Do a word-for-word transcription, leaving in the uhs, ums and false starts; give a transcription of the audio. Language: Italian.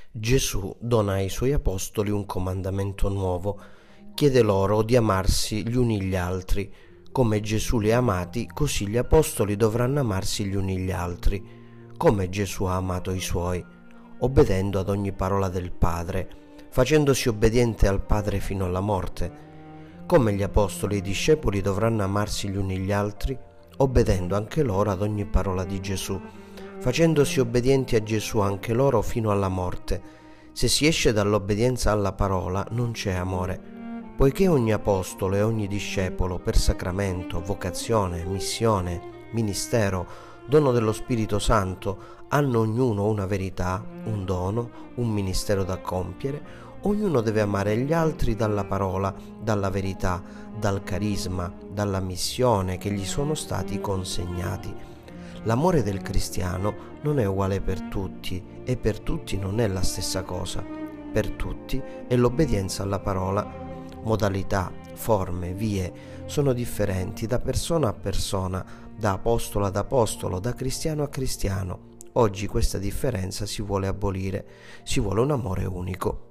Gesù dona ai suoi apostoli un comandamento nuovo. Chiede loro di amarsi gli uni gli altri. Come Gesù li ha amati, così gli apostoli dovranno amarsi gli uni gli altri. Come Gesù ha amato i suoi, obbedendo ad ogni parola del Padre, facendosi obbediente al Padre fino alla morte. Come gli apostoli e i discepoli dovranno amarsi gli uni gli altri, obbedendo anche loro ad ogni parola di Gesù, facendosi obbedienti a Gesù anche loro fino alla morte. Se si esce dall'obbedienza alla parola non c'è amore, poiché ogni apostolo e ogni discepolo per sacramento, vocazione, missione, ministero, dono dello Spirito Santo hanno ognuno una verità, un dono, un ministero da compiere. Ognuno deve amare gli altri dalla parola, dalla verità, dal carisma, dalla missione che gli sono stati consegnati. L'amore del cristiano non è uguale per tutti e per tutti non è la stessa cosa. Per tutti è l'obbedienza alla parola. Modalità, forme, vie sono differenti da persona a persona, da apostolo ad apostolo, da cristiano a cristiano. Oggi questa differenza si vuole abolire, si vuole un amore unico.